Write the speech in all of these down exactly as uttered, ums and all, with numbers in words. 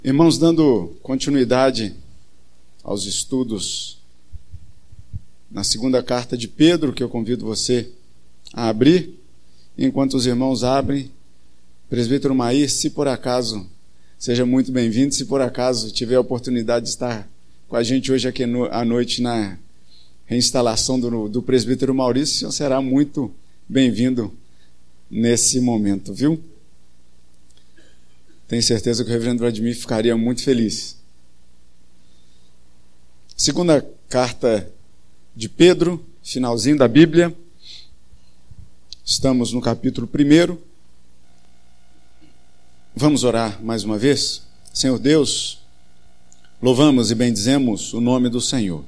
Irmãos, dando continuidade aos estudos na segunda carta de Pedro, que eu convido você a abrir, enquanto os irmãos abrem, presbítero Mair, se por acaso, seja muito bem-vindo, se por acaso tiver a oportunidade de estar com a gente hoje aqui à noite na reinstalação do, do presbítero Maurício, o senhor será muito bem-vindo nesse momento, viu? Tenho certeza que o reverendo Vladimir ficaria muito feliz. Segunda carta de Pedro, finalzinho da Bíblia. Estamos no capítulo primeiro. Vamos orar mais uma vez? Senhor Deus, louvamos e bendizemos o nome do Senhor.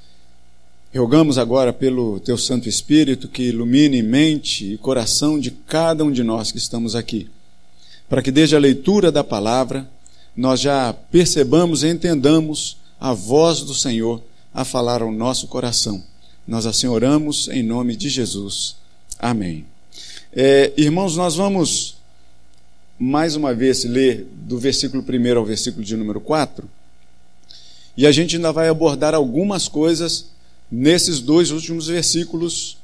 Rogamos agora pelo Teu Santo Espírito que ilumine mente e coração de cada um de nós que estamos aqui, para que desde a leitura da palavra nós já percebamos e entendamos a voz do Senhor a falar ao nosso coração. Nós assim oramos em nome de Jesus. Amém. É, irmãos, nós vamos mais uma vez ler do versículo primeiro ao versículo de número quatro, e a gente ainda vai abordar algumas coisas nesses dois últimos versículos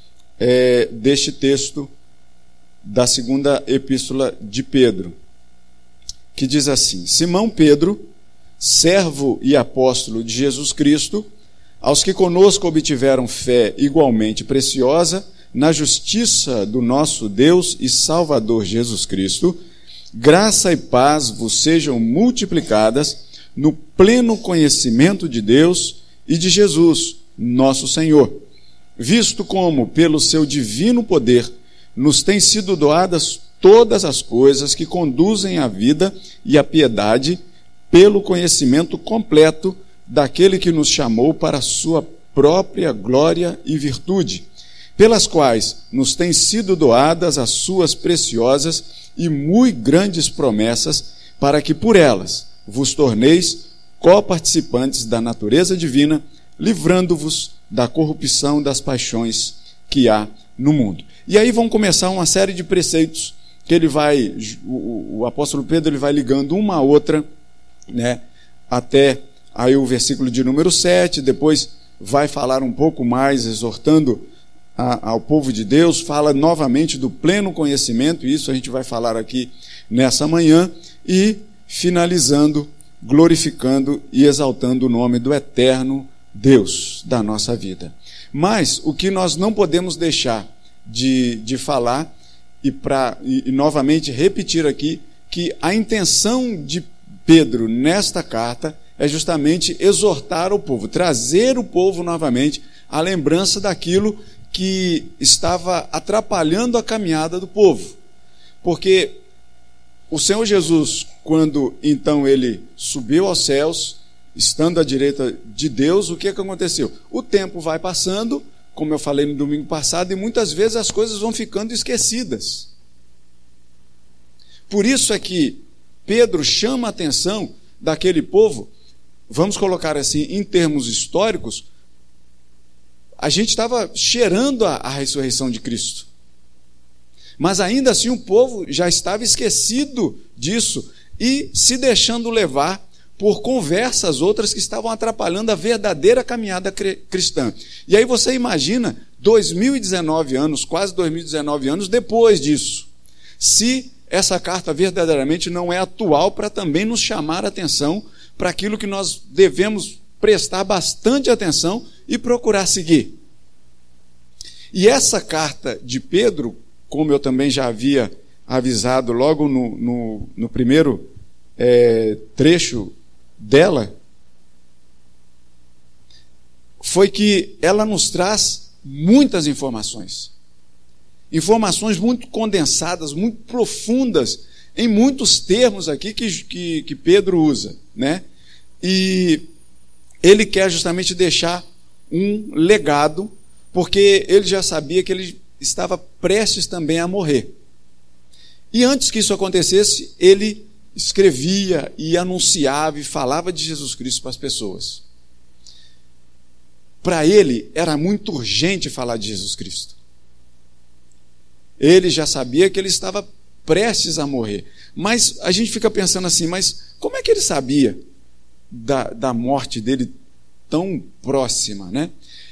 é, deste texto da segunda epístola de Pedro, que diz assim: Simão Pedro, servo e apóstolo de Jesus Cristo, aos que conosco obtiveram fé igualmente preciosa na justiça do nosso Deus e Salvador Jesus Cristo, graça e paz vos sejam multiplicadas no pleno conhecimento de Deus e de Jesus, nosso Senhor, visto como, pelo seu divino poder, nos têm sido doadas todas as coisas que conduzem à vida e à piedade, pelo conhecimento completo daquele que nos chamou para a sua própria glória e virtude, pelas quais nos têm sido doadas as suas preciosas e muito grandes promessas, para que por elas vos torneis coparticipantes da natureza divina, livrando-vos da corrupção das paixões que há no mundo. E aí vão começar uma série de preceitos que ele vai, o, o apóstolo Pedro ele vai ligando uma a outra, né, até aí o versículo de número sete, depois vai falar um pouco mais, exortando a, ao povo de Deus, fala novamente do pleno conhecimento, e isso a gente vai falar aqui nessa manhã, e finalizando, glorificando e exaltando o nome do eterno Deus da nossa vida. Mas o que nós não podemos deixar de, de falar, e, pra, e, e novamente repetir aqui, que a intenção de Pedro nesta carta é justamente exortar o povo, trazer o povo novamente à lembrança daquilo que estava atrapalhando a caminhada do povo. Porque o Senhor Jesus, quando então ele subiu aos céus, estando à direita de Deus, o que é que aconteceu? O tempo vai passando, como eu falei no domingo passado, e muitas vezes as coisas vão ficando esquecidas. Por isso é que Pedro chama a atenção daquele povo, vamos colocar assim, em termos históricos, a gente estava cheirando a, a ressurreição de Cristo. Mas ainda assim o povo já estava esquecido disso e se deixando levar por conversas outras que estavam atrapalhando a verdadeira caminhada cristã. E aí você imagina dois mil e dezenove anos, quase dois mil e dezenove anos depois disso, se essa carta verdadeiramente não é atual para também nos chamar a atenção para aquilo que nós devemos prestar bastante atenção e procurar seguir. E essa carta de Pedro, como eu também já havia avisado logo no, no, no primeiro é, trecho dela, foi que ela nos traz muitas informações. Informações muito condensadas, muito profundas, em muitos termos aqui que, que, que Pedro usa, né? E ele quer justamente deixar um legado, porque ele já sabia que ele estava prestes também a morrer. E antes que isso acontecesse, ele escrevia e anunciava e falava de Jesus Cristo para as pessoas. Para ele era muito urgente falar de Jesus Cristo. Ele já sabia que ele estava prestes a morrer, Mas a gente fica pensando assim, mas como é que ele sabia da, da morte dele tão próxima, né?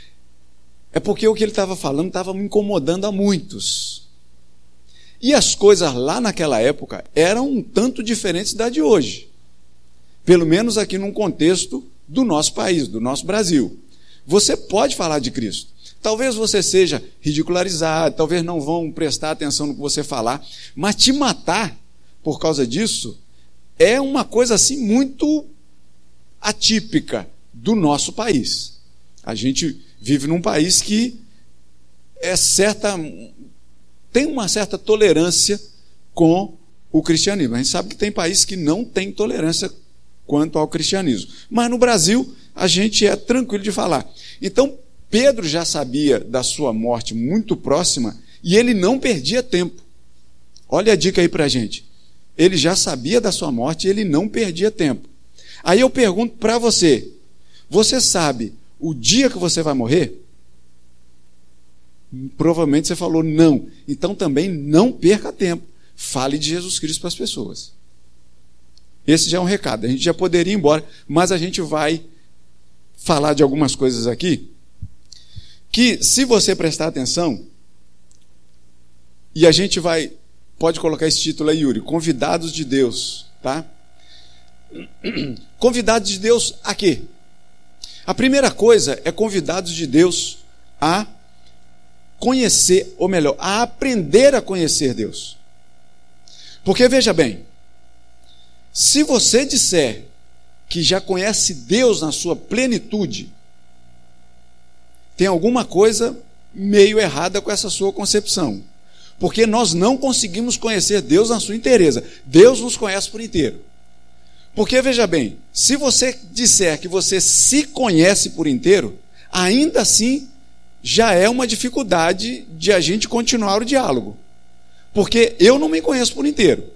É porque o que ele estava falando estava me incomodando a muitos. E as coisas lá naquela época eram um tanto diferentes da de hoje. Pelo menos aqui num contexto do nosso país, do nosso Brasil. Você pode falar de Cristo. Talvez você seja ridicularizado, talvez não vão prestar atenção no que você falar, mas te matar por causa disso é uma coisa assim muito atípica do nosso país. A gente vive num país que é certa, tem uma certa tolerância com o cristianismo. A gente sabe que tem países que não têm tolerância quanto ao cristianismo. Mas no Brasil, a gente é tranquilo de falar. Então, Pedro já sabia da sua morte muito próxima e ele não perdia tempo. Olha a dica aí para a gente. Ele já sabia da sua morte e ele não perdia tempo. Aí eu pergunto para você, você sabe o dia que você vai morrer? Provavelmente você falou não. Então também não perca tempo. Fale de Jesus Cristo para as pessoas. Esse já é um recado. A gente já poderia ir embora, mas a gente vai falar de algumas coisas aqui que, se você prestar atenção, e a gente vai, pode colocar esse título aí, Yuri, Convidados de Deus, tá? Convidados de Deus a quê? A primeira coisa é convidados de Deus a conhecer, ou melhor, a aprender a conhecer Deus. Porque veja bem, se você disser que já conhece Deus na sua plenitude, tem alguma coisa meio errada com essa sua concepção. Porque nós não conseguimos conhecer Deus na sua inteireza. Deus nos conhece por inteiro. Porque, veja bem, se você disser que você se conhece por inteiro, ainda assim já é uma dificuldade de a gente continuar o diálogo. Porque eu não me conheço por inteiro.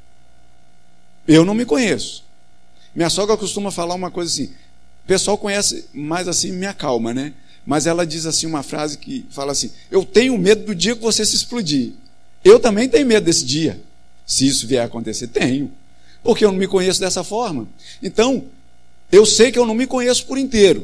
Eu não me conheço. Minha sogra costuma falar uma coisa assim, o pessoal conhece mais assim, minha calma, né? Mas ela diz assim uma frase que fala assim, eu tenho medo do dia que você se explodir. Eu também tenho medo desse dia. Se isso vier a acontecer, tenho. Porque eu não me conheço dessa forma. Então, eu sei que eu não me conheço por inteiro.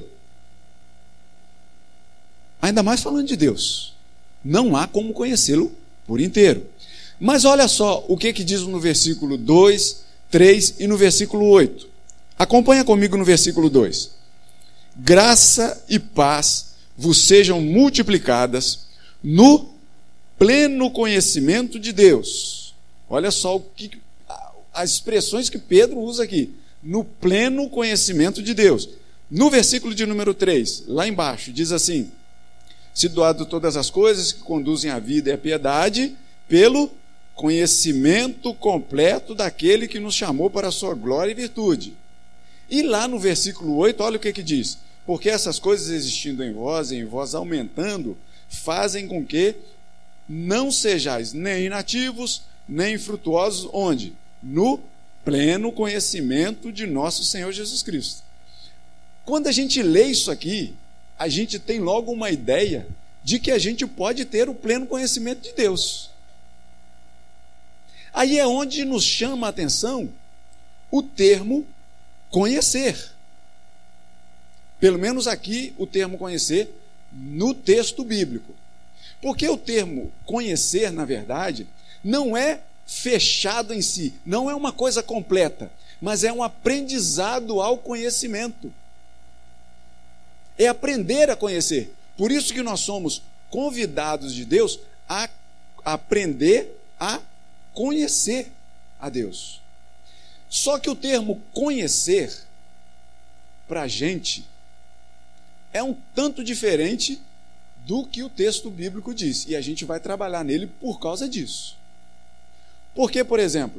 Ainda mais falando de Deus. Não há como conhecê-lo por inteiro. Mas olha só o que, que diz no versículo dois, três e no versículo oito. Acompanha comigo no versículo dois. Graça e paz vos sejam multiplicadas no pleno conhecimento de Deus. Olha só o que, as expressões que Pedro usa aqui. No pleno conhecimento de Deus. No versículo de número três, lá embaixo, diz assim, situado todas as coisas que conduzem à vida e à piedade, pelo conhecimento completo daquele que nos chamou para a sua glória e virtude. E lá no versículo oito, olha o que que diz. Porque essas coisas existindo em vós, e em vós aumentando, fazem com que não sejais nem inativos, nem infrutuosos, onde? No pleno conhecimento de nosso Senhor Jesus Cristo. Quando a gente lê isso aqui, a gente tem logo uma ideia de que a gente pode ter o pleno conhecimento de Deus. Aí é onde nos chama a atenção o termo conhecer. Pelo menos aqui o termo conhecer no texto bíblico. Porque o termo conhecer, na verdade, não é fechado em si, não é uma coisa completa, mas é um aprendizado ao conhecimento. É aprender a conhecer. Por isso que nós somos convidados de Deus a aprender a conhecer a Deus. Só que o termo conhecer, para a gente, é um tanto diferente do que o texto bíblico diz. E a gente vai trabalhar nele por causa disso. Porque, por exemplo,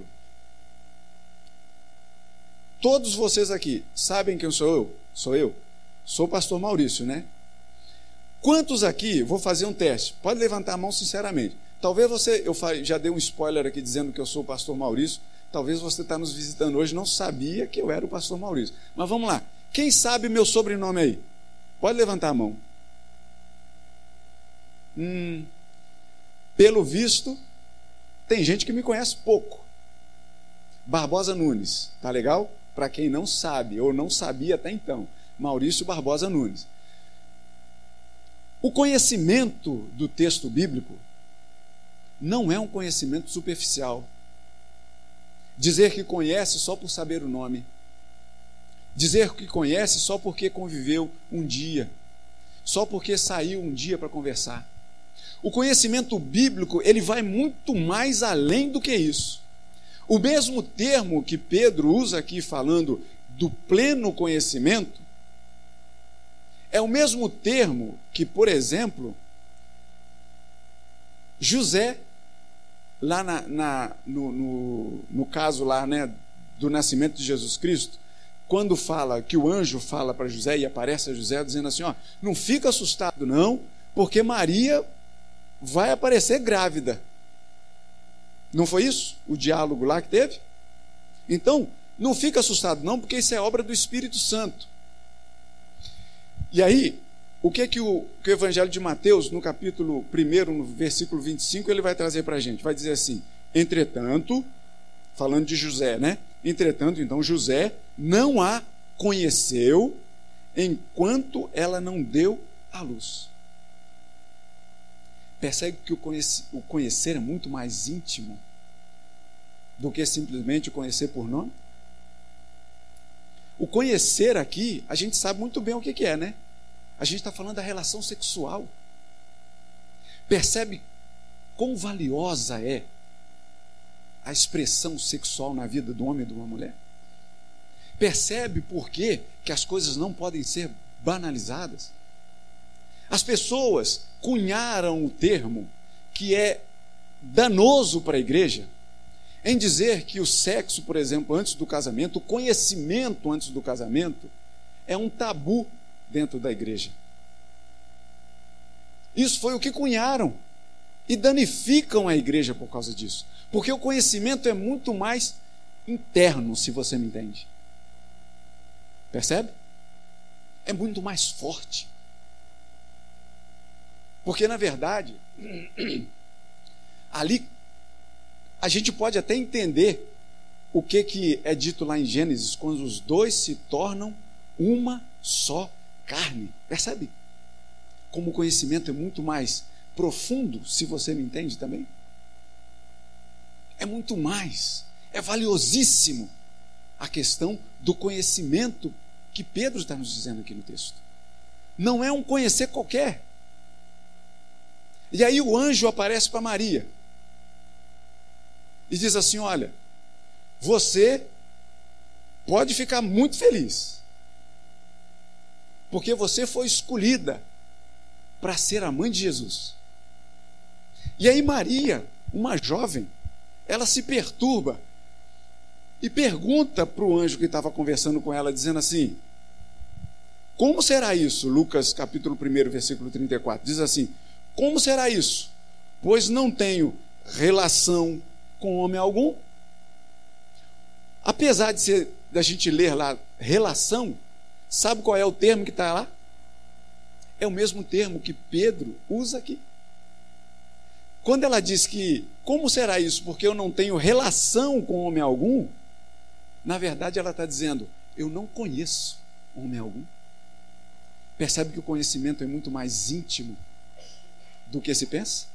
todos vocês aqui sabem quem sou eu? Sou eu? Sou o pastor Maurício, né? Quantos aqui, vou fazer um teste, pode levantar a mão sinceramente. Talvez você, eu já dei um spoiler aqui dizendo que eu sou o pastor Maurício, talvez você está nos visitando hoje, não sabia que eu era o pastor Maurício. Mas vamos lá, quem sabe meu sobrenome aí? Pode levantar a mão. Hum, pelo visto, tem gente que me conhece pouco. Barbosa Nunes, tá legal? Para quem não sabe, ou não sabia até então, Maurício Barbosa Nunes. O conhecimento do texto bíblico não é um conhecimento superficial. Dizer que conhece só por saber o nome. Dizer que conhece só porque conviveu um dia. Só porque saiu um dia para conversar. O conhecimento bíblico, ele vai muito mais além do que isso. O mesmo termo que Pedro usa aqui falando do pleno conhecimento, é o mesmo termo que, por exemplo, José, lá na, na, no, no, no caso lá, né, do nascimento de Jesus Cristo, quando fala, que o anjo fala para José e aparece a José dizendo assim, ó, não fica assustado não, porque Maria vai aparecer grávida. Não foi isso? O diálogo lá que teve? Então, não fica assustado não, porque isso é obra do Espírito Santo. E aí, o que que o, que o Evangelho de Mateus, no capítulo primeiro, no versículo vinte e cinco, ele vai trazer para a gente? Vai dizer assim, entretanto, falando de José, né? Entretanto, então, José não a conheceu enquanto ela não deu à luz. Percebe que o conhecer, o conhecer é muito mais íntimo do que simplesmente o conhecer por nome? O conhecer aqui, a gente sabe muito bem o que, que é, né? A gente está falando da relação sexual. Percebe quão valiosa é a expressão sexual na vida do homem e de uma mulher? Percebe por que que as coisas não podem ser banalizadas? As pessoas cunharam o termo que é danoso para a igreja em dizer que o sexo, por exemplo, antes do casamento, o conhecimento antes do casamento, é um tabu dentro da igreja. Isso foi o que cunharam e danificam a igreja por causa disso, porque o conhecimento é muito mais interno, se você me entende. Percebe? É muito mais forte. Porque, na verdade, ali a gente pode até entender o que, que é dito lá em Gênesis, quando os dois se tornam uma só carne. Percebe? Como o conhecimento é muito mais profundo, se você me entende também. É muito mais, é valiosíssimo a questão do conhecimento que Pedro está nos dizendo aqui no texto. Não é um conhecer qualquer. E aí o anjo aparece para Maria e diz assim, olha, você pode ficar muito feliz, porque você foi escolhida para ser a mãe de Jesus. E aí Maria, uma jovem, ela se perturba e pergunta para o anjo que estava conversando com ela, dizendo assim, como será isso? Lucas capítulo um, versículo trinta e quatro, diz assim, como será isso? Pois não tenho relação com homem algum. Apesar de ser, da gente ler lá relação, sabe qual é o termo que está lá? É o mesmo termo que Pedro usa aqui. Quando ela diz que, como será isso? Porque eu não tenho relação com homem algum, na verdade ela está dizendo, eu não conheço homem algum. Percebe que o conhecimento é muito mais íntimo do que se pensa?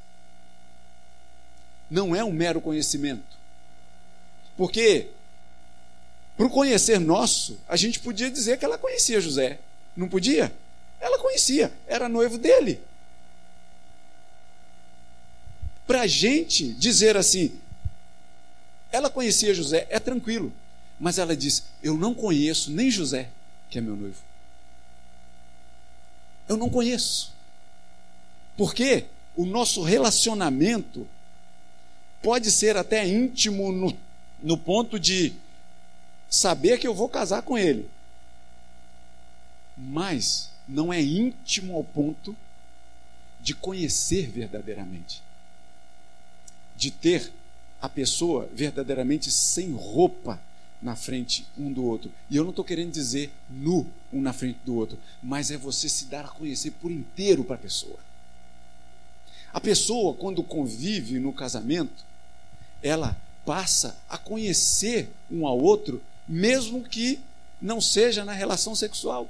Não é um mero conhecimento. Porque, para o conhecer nosso, a gente podia dizer que ela conhecia José. Não podia? Ela conhecia, era noivo dele. Para a gente dizer assim, ela conhecia José, é tranquilo. Mas ela diz, eu não conheço nem José, que é meu noivo. Eu não conheço. Porque o nosso relacionamento pode ser até íntimo no, no ponto de saber que eu vou casar com ele. Mas não é íntimo ao ponto de conhecer verdadeiramente. De ter a pessoa verdadeiramente sem roupa na frente um do outro. E eu não estou querendo dizer nu um na frente do outro, mas é você se dar a conhecer por inteiro para a pessoa. A pessoa, quando convive no casamento, ela passa a conhecer um ao outro, mesmo que não seja na relação sexual.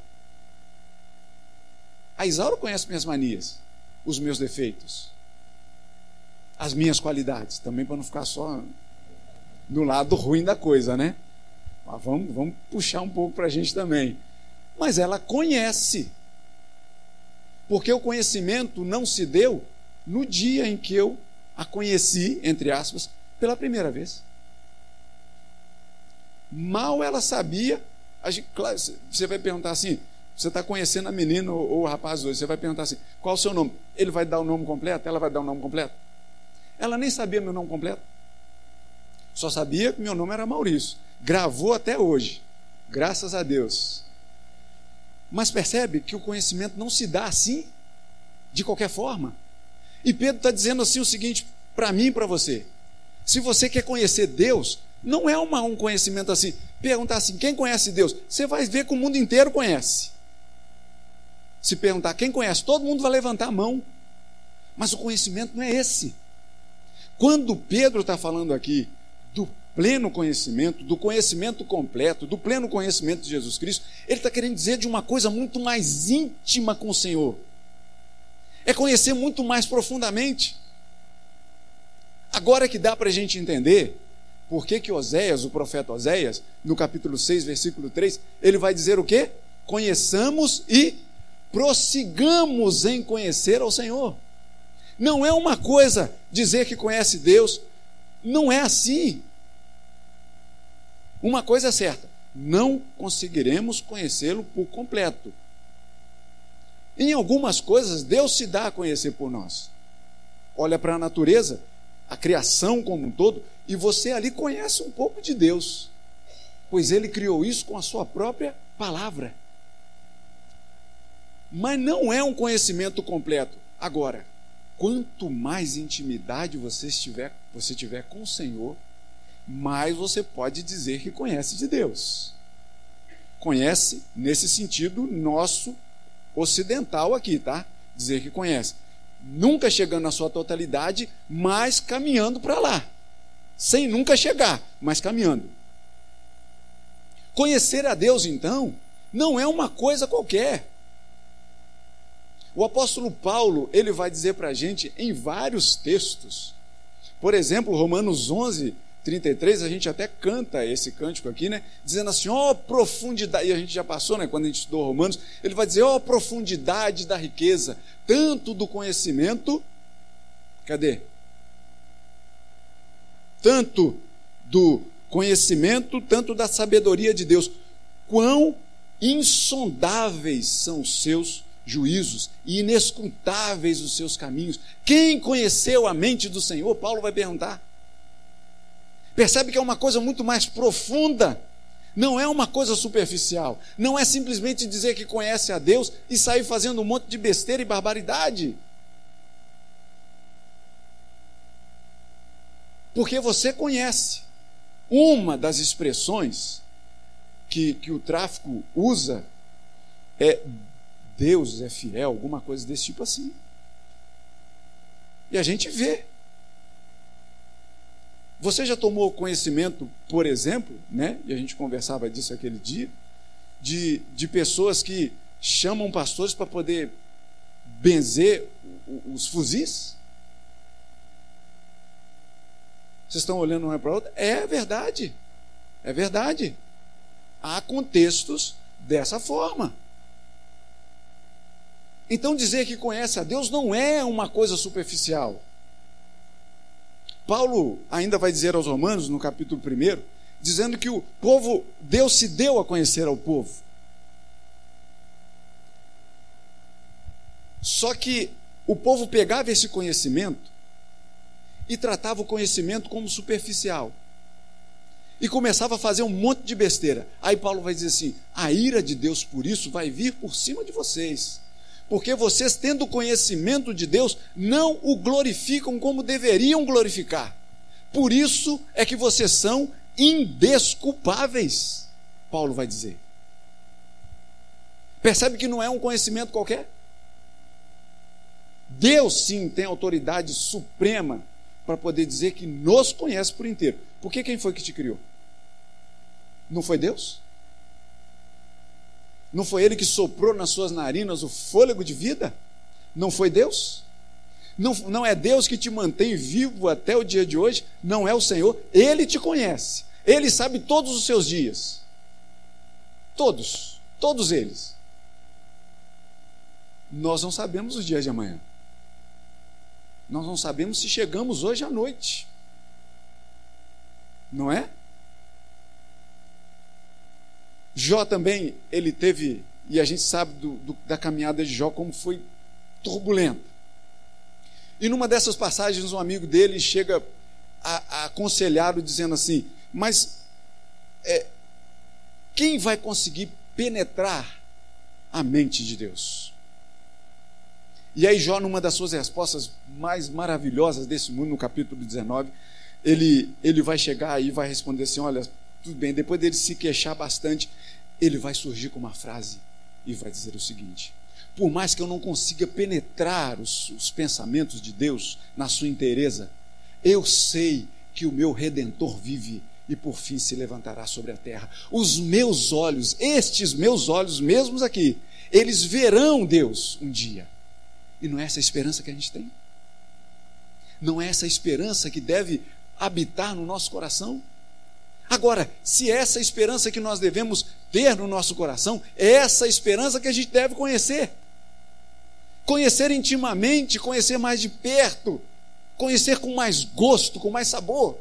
A Isaura conhece minhas manias, os meus defeitos, as minhas qualidades, também para não ficar só no lado ruim da coisa, né? Mas vamos, vamos puxar um pouco para a gente também. Mas ela conhece, porque o conhecimento não se deu no dia em que eu a conheci, entre aspas, pela primeira vez. Mal ela sabia. A gente, claro, você vai perguntar assim, você está conhecendo a menina ou, ou o rapaz hoje, você vai perguntar assim, qual é o seu nome? Ele vai dar o nome completo? Ela vai dar o nome completo? Ela nem sabia meu nome completo. Só sabia que meu nome era Maurício. Gravou até hoje, graças a Deus. Mas percebe que o conhecimento não se dá assim, de qualquer forma. E Pedro está dizendo assim o seguinte, para mim e para você: se você quer conhecer Deus, não é uma, um conhecimento assim, perguntar assim, quem conhece Deus? Você vai ver que o mundo inteiro conhece. Se perguntar quem conhece, todo mundo vai levantar a mão. Mas o conhecimento não é esse. Quando Pedro está falando aqui do pleno conhecimento, do conhecimento completo, do pleno conhecimento de Jesus Cristo, ele está querendo dizer de uma coisa muito mais íntima com o Senhor. É conhecer muito mais profundamente. Agora que dá para a gente entender por que que Oséias, o profeta Oséias, no capítulo seis, versículo três, ele vai dizer o quê? Conheçamos e prossigamos em conhecer ao Senhor. Não é uma coisa dizer que conhece Deus, não é assim. Uma coisa é certa, não conseguiremos conhecê-lo por completo. Em algumas coisas, Deus se dá a conhecer por nós. Olha para a natureza, a criação como um todo, e você ali conhece um pouco de Deus, pois Ele criou isso com a sua própria palavra. Mas não é um conhecimento completo. Agora, quanto mais intimidade você tiver, você tiver com o Senhor, mais você pode dizer que conhece de Deus. Conhece nesse sentido nosso ocidental aqui, tá? Dizer que conhece. Nunca chegando na sua totalidade, mas caminhando para lá. Sem nunca chegar, mas caminhando. Conhecer a Deus, então, não é uma coisa qualquer. O apóstolo Paulo, ele vai dizer para a gente em vários textos. Por exemplo, Romanos onze, trinta e três, a gente até canta esse cântico aqui, né? Dizendo assim, ó, oh, profundidade, e a gente já passou, né? Quando a gente estudou Romanos, ele vai dizer, ó, oh, profundidade da riqueza, tanto do conhecimento, cadê? Tanto do conhecimento, tanto da sabedoria de Deus, quão insondáveis são os seus juízos e inescrutáveis os seus caminhos. Quem conheceu a mente do Senhor? Paulo vai perguntar. Percebe que é uma coisa muito mais profunda, não é uma coisa superficial, não é simplesmente dizer que conhece a Deus e sair fazendo um monte de besteira e barbaridade. Porque você conhece. Uma das expressões que, que o tráfico usa é Deus é fiel, alguma coisa desse tipo assim. E a gente vê. Você já tomou conhecimento, por exemplo, né? E a gente conversava disso aquele dia, de, de pessoas que chamam pastores para poder benzer os fuzis? Vocês estão olhando uma para a outra? É verdade, é verdade. Há contextos dessa forma. Então dizer que conhece a Deus não é uma coisa superficial. Paulo ainda vai dizer aos Romanos, no capítulo primeiro, dizendo que o povo, Deus se deu a conhecer ao povo. Só que o povo pegava esse conhecimento e tratava o conhecimento como superficial. E começava a fazer um monte de besteira. Aí Paulo vai dizer assim, a ira de Deus por isso vai vir por cima de vocês. Porque vocês, tendo conhecimento de Deus, não o glorificam como deveriam glorificar. Por isso é que vocês são indesculpáveis, Paulo vai dizer. Percebe que não é um conhecimento qualquer? Deus sim tem autoridade suprema para poder dizer que nos conhece por inteiro. Porque quem foi que te criou? Não foi Deus? Não foi Ele que soprou nas suas narinas o fôlego de vida? Não foi Deus? Não, não é Deus que te mantém vivo até o dia de hoje? Não é o Senhor? Ele te conhece. Ele sabe todos os seus dias. Todos. Todos eles. Nós não sabemos os dias de amanhã. Nós não sabemos se chegamos hoje à noite. Não é? Jó também, ele teve, e a gente sabe do, do, da caminhada de Jó como foi turbulenta. E numa dessas passagens, um amigo dele chega a, a aconselhá-lo dizendo assim, mas é, quem vai conseguir penetrar a mente de Deus? E aí Jó, numa das suas respostas mais maravilhosas desse mundo, no capítulo dezenove, ele, ele vai chegar aí e vai responder assim, olha, tudo bem, depois dele se queixar bastante, ele vai surgir com uma frase e vai dizer o seguinte, por mais que eu não consiga penetrar os, os pensamentos de Deus na sua inteireza, eu sei que o meu Redentor vive e por fim se levantará sobre a terra. Os meus olhos, estes meus olhos mesmos aqui, eles verão Deus um dia. E não é essa a esperança que a gente tem? Não é essa a esperança que deve habitar no nosso coração? Agora, se essa esperança que nós devemos ter no nosso coração, é essa esperança que a gente deve conhecer. Conhecer intimamente, conhecer mais de perto, conhecer com mais gosto, com mais sabor.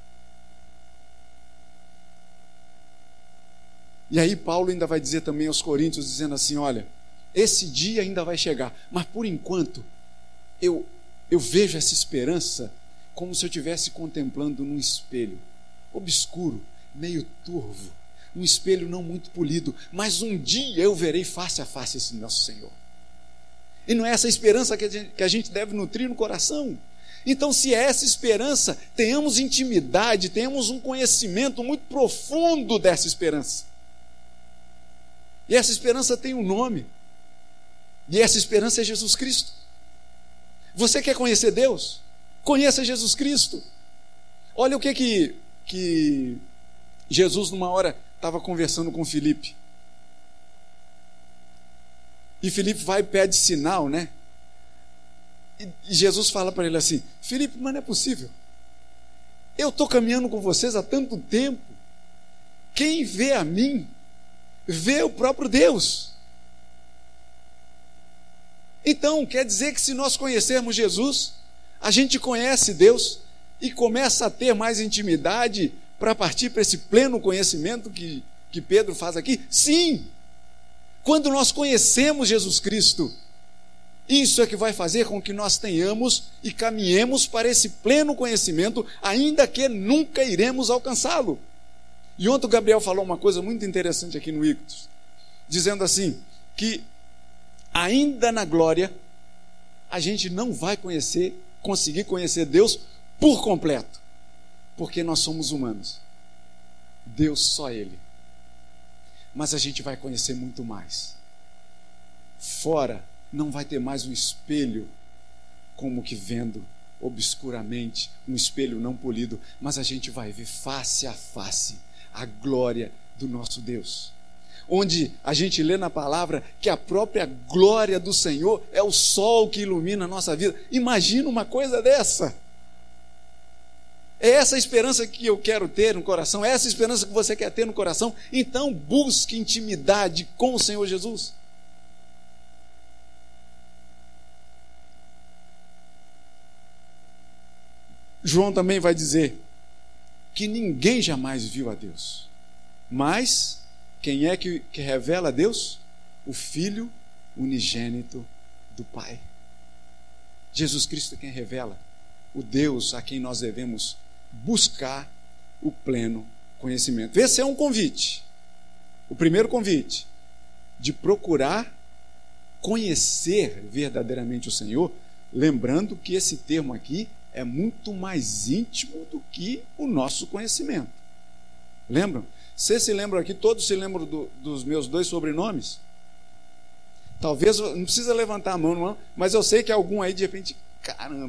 E aí Paulo ainda vai dizer também aos Coríntios, dizendo assim, olha, esse dia ainda vai chegar, mas por enquanto, eu, eu vejo essa esperança como se eu estivesse contemplando num espelho, obscuro, meio turvo, um espelho não muito polido, mas um dia eu verei face a face esse nosso Senhor. E não é essa esperança que a gente, que a gente deve nutrir no coração? Então, se é essa esperança, tenhamos intimidade, tenhamos um conhecimento muito profundo dessa esperança. E essa esperança tem um nome. E essa esperança é Jesus Cristo. Você quer conhecer Deus? Conheça Jesus Cristo. Olha o que que, que Jesus numa hora estava conversando com Filipe. E Filipe vai e pede sinal, né? E, e Jesus fala para ele assim, Filipe, mas não é possível. Eu estou caminhando com vocês há tanto tempo. Quem vê a mim, vê o próprio Deus. Então, quer dizer que se nós conhecermos Jesus, a gente conhece Deus e começa a ter mais intimidade para partir para esse pleno conhecimento que, que Pedro faz aqui? Sim! Quando nós conhecemos Jesus Cristo, isso é que vai fazer com que nós tenhamos e caminhemos para esse pleno conhecimento, ainda que nunca iremos alcançá-lo. E ontem o Gabriel falou uma coisa muito interessante aqui no Ictus, dizendo assim, que ainda na glória, a gente não vai conhecer, conseguir conhecer Deus por completo, porque nós somos humanos. Deus só Ele. Mas a gente vai conhecer muito mais. Fora, não vai ter mais um espelho, como que vendo obscuramente, um espelho não polido, mas a gente vai ver face a face a glória do nosso Deus. Onde a gente lê na palavra que a própria glória do Senhor é o sol que ilumina a nossa vida. Imagina uma coisa dessa. É essa a esperança que eu quero ter no coração, é essa a esperança que você quer ter no coração. Então busque intimidade com o Senhor Jesus. João também vai dizer que ninguém jamais viu a Deus, mas quem é que, que revela a Deus? O Filho unigênito do Pai. Jesus Cristo é quem revela o Deus a quem nós devemos buscar o pleno conhecimento. Esse é um convite, o primeiro convite, de procurar conhecer verdadeiramente o Senhor, lembrando que esse termo aqui é muito mais íntimo do que o nosso conhecimento. Lembram? Vocês se lembram aqui, todos se lembram do, dos meus dois sobrenomes? Talvez, não precisa levantar a mão, não, mas eu sei que algum aí de repente, caramba,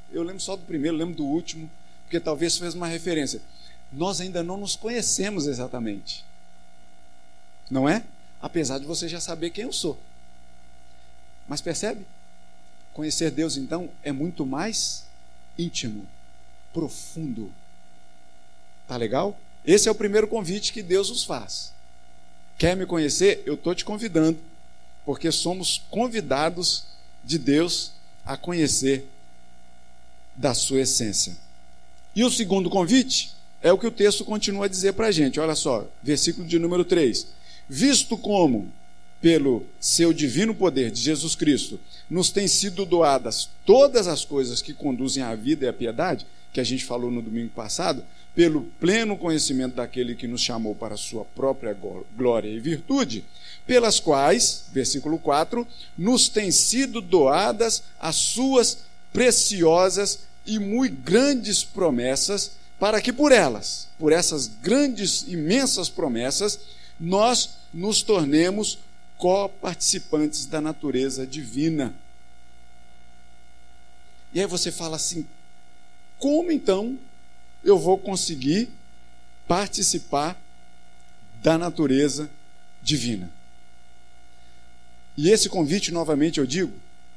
eu lembro só do primeiro, lembro do último, porque talvez fez uma referência. Nós ainda não nos conhecemos exatamente, não é? Apesar de você já saber quem eu sou. Mas percebe? Conhecer Deus, então, é muito mais íntimo, profundo. Tá legal? Esse é o primeiro convite que Deus nos faz. Quer me conhecer? Eu estou te convidando, porque somos convidados de Deus a conhecer da sua essência. E o segundo convite é o que o texto continua a dizer para a gente. Olha só, versículo de número três. Visto como, pelo seu divino poder de Jesus Cristo, nos têm sido doadas todas as coisas que conduzem à vida e à piedade, que a gente falou no domingo passado, pelo pleno conhecimento daquele que nos chamou para a sua própria glória e virtude, pelas quais, versículo quatro, nos têm sido doadas as suas preciosas e muito grandes promessas, para que por elas, por essas grandes, imensas promessas, nós nos tornemos co-participantes da natureza divina. E aí você fala assim, como então eu vou conseguir participar da natureza divina? E esse convite, novamente eu digo,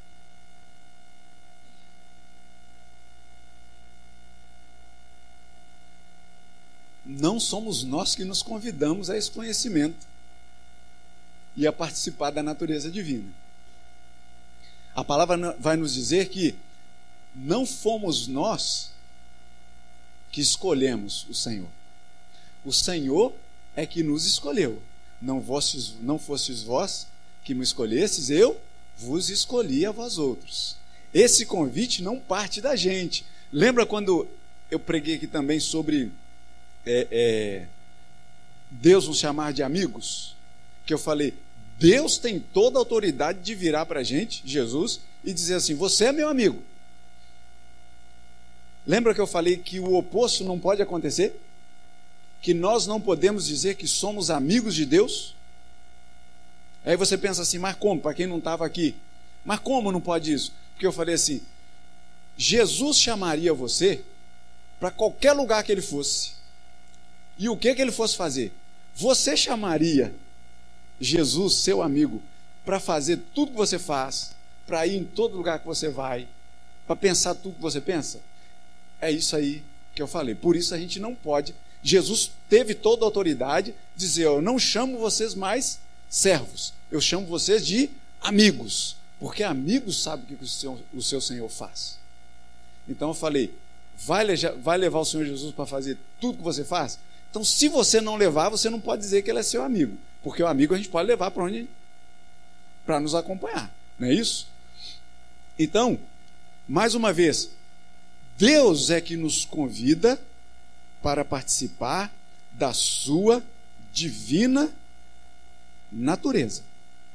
não somos nós que nos convidamos a esse conhecimento e a participar da natureza divina. A palavra vai nos dizer que não fomos nós que escolhemos o Senhor. O Senhor é que nos escolheu. Não fostes, não fostes vós que me escolhestes, eu vos escolhi a vós outros. Esse convite não parte da gente. Lembra quando eu preguei aqui também sobre é, é, Deus nos chamar de amigos? Que eu falei, Deus tem toda a autoridade de virar para a gente, Jesus, e dizer assim, você é meu amigo. Lembra que eu falei que o oposto não pode acontecer? Que nós não podemos dizer que somos amigos de Deus? Aí você pensa assim, mas como? Para quem não estava aqui, mas como não pode isso? Porque eu falei assim, Jesus chamaria você para qualquer lugar que ele fosse. E o que que ele fosse fazer? Você chamaria Jesus, seu amigo, para fazer tudo que você faz, para ir em todo lugar que você vai, para pensar tudo que você pensa? É isso aí que eu falei. Por isso a gente não pode. Jesus teve toda a autoridade de dizer, eu não chamo vocês mais servos, eu chamo vocês de amigos, porque amigos sabem o que o seu, o seu Senhor faz. Então eu falei, vai, vai levar o Senhor Jesus para fazer tudo que você faz? Então se você não levar, você não pode dizer que ele é seu amigo, porque o amigo a gente pode levar para onde? Para nos acompanhar, não é isso? Então, mais uma vez, Deus é que nos convida para participar da sua divina natureza,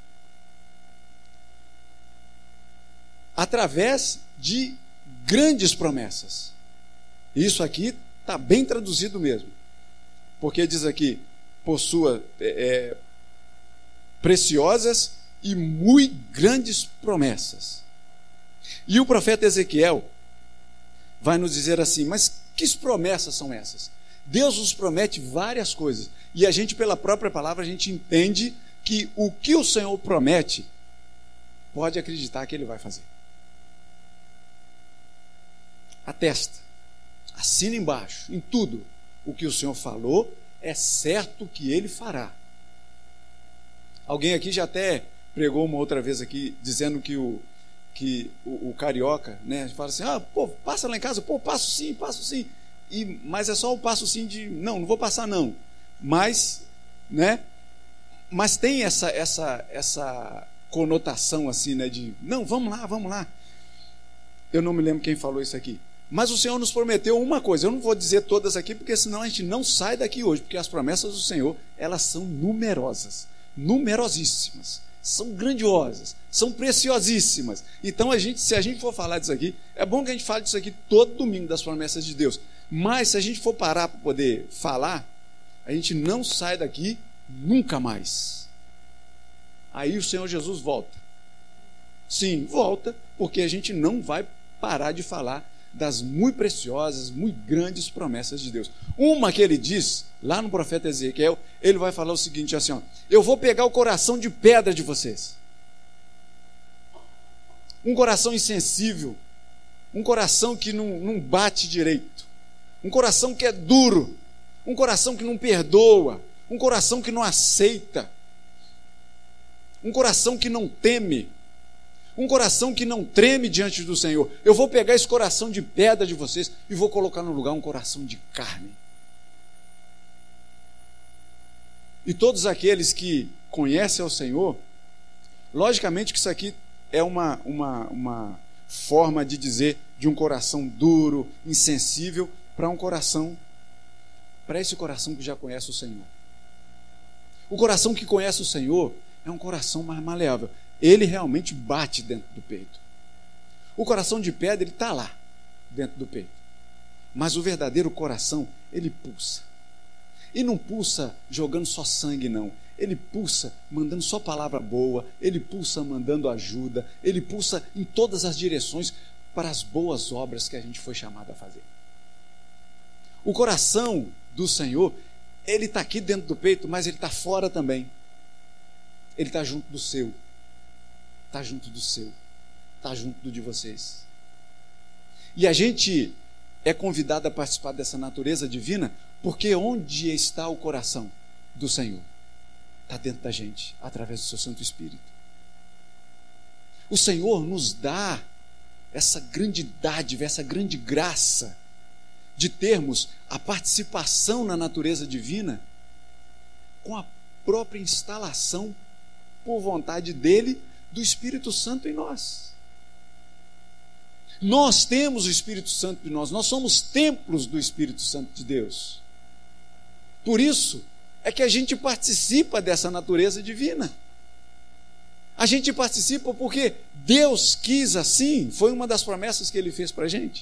através de grandes promessas. Isso aqui está bem traduzido mesmo, porque diz aqui, por suas é, preciosas e muito grandes promessas. E o profeta Ezequiel vai nos dizer assim, mas que promessas são essas? Deus nos promete várias coisas, e a gente, pela própria palavra, a gente entende que o que o Senhor promete, pode acreditar que ele vai fazer. Atesta, assina embaixo, em tudo, o que o Senhor falou, é certo que ele fará. Alguém aqui já até pregou uma outra vez aqui, dizendo que o que o, o carioca, né, fala assim, ah, pô, passa lá em casa, pô, passo sim, passo sim, e, mas é só o passo sim de, não, não vou passar não, mas, né, mas tem essa, essa, essa conotação assim, né, de, não, vamos lá, vamos lá, eu não me lembro quem falou isso aqui, mas o Senhor nos prometeu uma coisa, eu não vou dizer todas aqui, porque senão a gente não sai daqui hoje, porque as promessas do Senhor, elas são numerosas, numerosíssimas, são grandiosas, são preciosíssimas. Então a gente, se a gente for falar disso aqui, é bom que a gente fale disso aqui todo domingo, das promessas de Deus, mas se a gente for parar para poder falar, a gente não sai daqui nunca mais. Aí o Senhor Jesus volta. Sim, volta, porque a gente não vai parar de falar das muito preciosas, muito grandes promessas de Deus. Uma que ele diz, lá no profeta Ezequiel, ele vai falar o seguinte assim, ó, eu vou pegar o coração de pedra de vocês. Um coração insensível, um coração que não, não bate direito, um coração que é duro, um coração que não perdoa, um coração que não aceita, um coração que não teme, um coração que não treme diante do Senhor. Eu vou pegar esse coração de pedra de vocês e vou colocar no lugar um coração de carne. E todos aqueles que conhecem ao Senhor, logicamente que isso aqui é uma, uma, uma forma de dizer de um coração duro, insensível, para um coração, para esse coração que já conhece o Senhor. O coração que conhece o Senhor é um coração mais maleável. Ele realmente bate dentro do peito. O coração de pedra, ele está lá, dentro do peito. Mas o verdadeiro coração, ele pulsa. E não pulsa jogando só sangue, não. Ele pulsa mandando só palavra boa, ele pulsa mandando ajuda, ele pulsa em todas as direções para as boas obras que a gente foi chamado a fazer. O coração do Senhor, ele está aqui dentro do peito, mas ele está fora também. Ele está junto do seu. Está junto do seu. Está junto do de vocês. E a gente é convidado a participar dessa natureza divina, porque onde está o coração do Senhor? Está dentro da gente, através do seu Santo Espírito. O Senhor nos dá essa grande dádiva, essa grande graça de termos a participação na natureza divina com a própria instalação, por vontade dele, do Espírito Santo em nós. Nós temos o Espírito Santo de nós, nós somos templos do Espírito Santo de Deus. Por isso é que a gente participa dessa natureza divina. A gente participa porque Deus quis assim, foi uma das promessas que ele fez para a gente.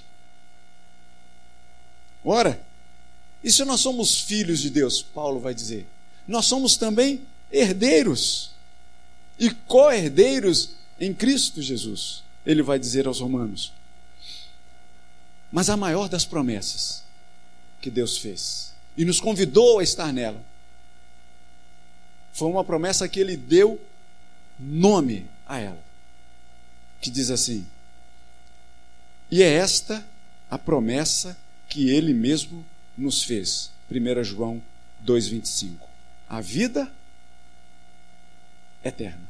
Ora, e se nós somos filhos de Deus, Paulo vai dizer, nós somos também herdeiros e co-herdeiros em Cristo Jesus, ele vai dizer aos romanos. Mas a maior das promessas que Deus fez e nos convidou a estar nela foi uma promessa que ele deu nome a ela, que diz assim: e é esta a promessa que ele mesmo nos fez. primeiro João dois, vinte e cinco. A vida eterna.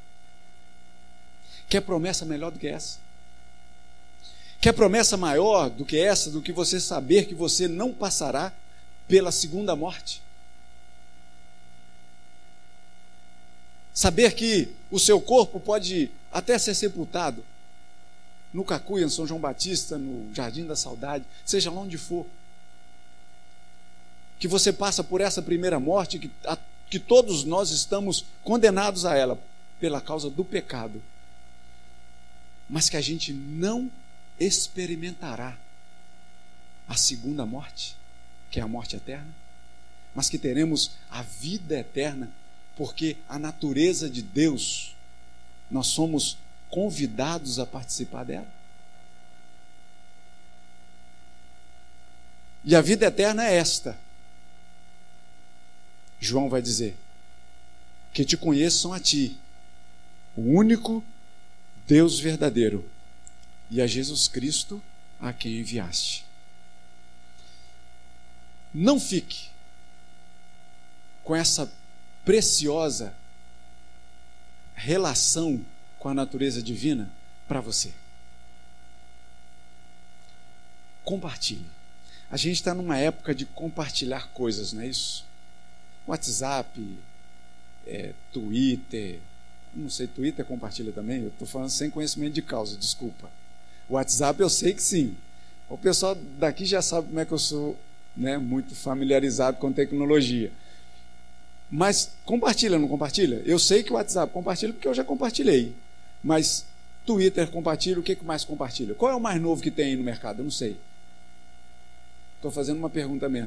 Quer promessa melhor do que essa? Quer promessa maior do que essa, do que você saber que você não passará pela segunda morte? Saber que o seu corpo pode até ser sepultado no Cacuia, no São João Batista, no Jardim da Saudade, seja lá onde for. Que você passa por essa primeira morte, que, a, que todos nós estamos condenados a ela, pela causa do pecado. Mas que a gente não experimentará a segunda morte, que é a morte eterna, mas que teremos a vida eterna, porque a natureza de Deus, nós somos convidados a participar dela. E a vida eterna é esta. João vai dizer: que te conheçam a ti, o único Deus verdadeiro, e a Jesus Cristo a quem enviaste. Não fique com essa preciosa relação com a natureza divina para você. Compartilhe. A gente está numa época de compartilhar coisas, não é isso? WhatsApp, é, Twitter, não sei, Twitter compartilha também? Eu estou falando sem conhecimento de causa, desculpa. WhatsApp eu sei que sim. O pessoal daqui já sabe como é que eu sou, né, muito familiarizado com tecnologia. Mas compartilha, não compartilha? Eu sei que o WhatsApp compartilha porque eu já compartilhei. Mas Twitter compartilha, o que mais compartilha? Qual é o mais novo que tem aí no mercado? Eu não sei. Estou fazendo uma pergunta mesmo.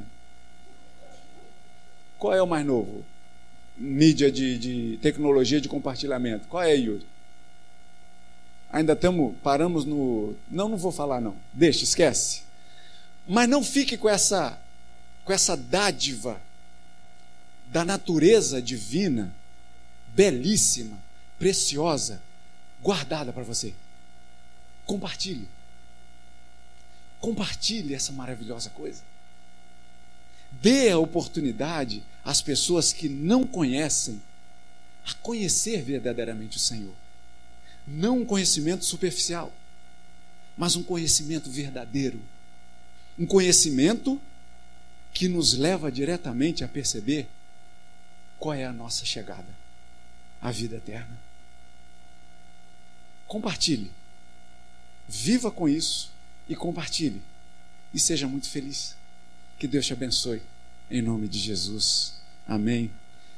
Qual é o mais novo? Mídia de, de tecnologia de compartilhamento. Qual é, Yuri? Ainda estamos, paramos no... Não, não vou falar não. Deixa, esquece. Mas não fique com essa, com essa dádiva da natureza divina, belíssima, preciosa, guardada para você. Compartilhe. Compartilhe essa maravilhosa coisa. Dê a oportunidade às pessoas que não conhecem a conhecer verdadeiramente o Senhor. Não um conhecimento superficial, mas um conhecimento verdadeiro. Um conhecimento que nos leva diretamente a perceber qual é a nossa chegada à vida eterna. Compartilhe. Viva com isso e compartilhe. E seja muito feliz. Que Deus te abençoe. Em nome de Jesus. Amém.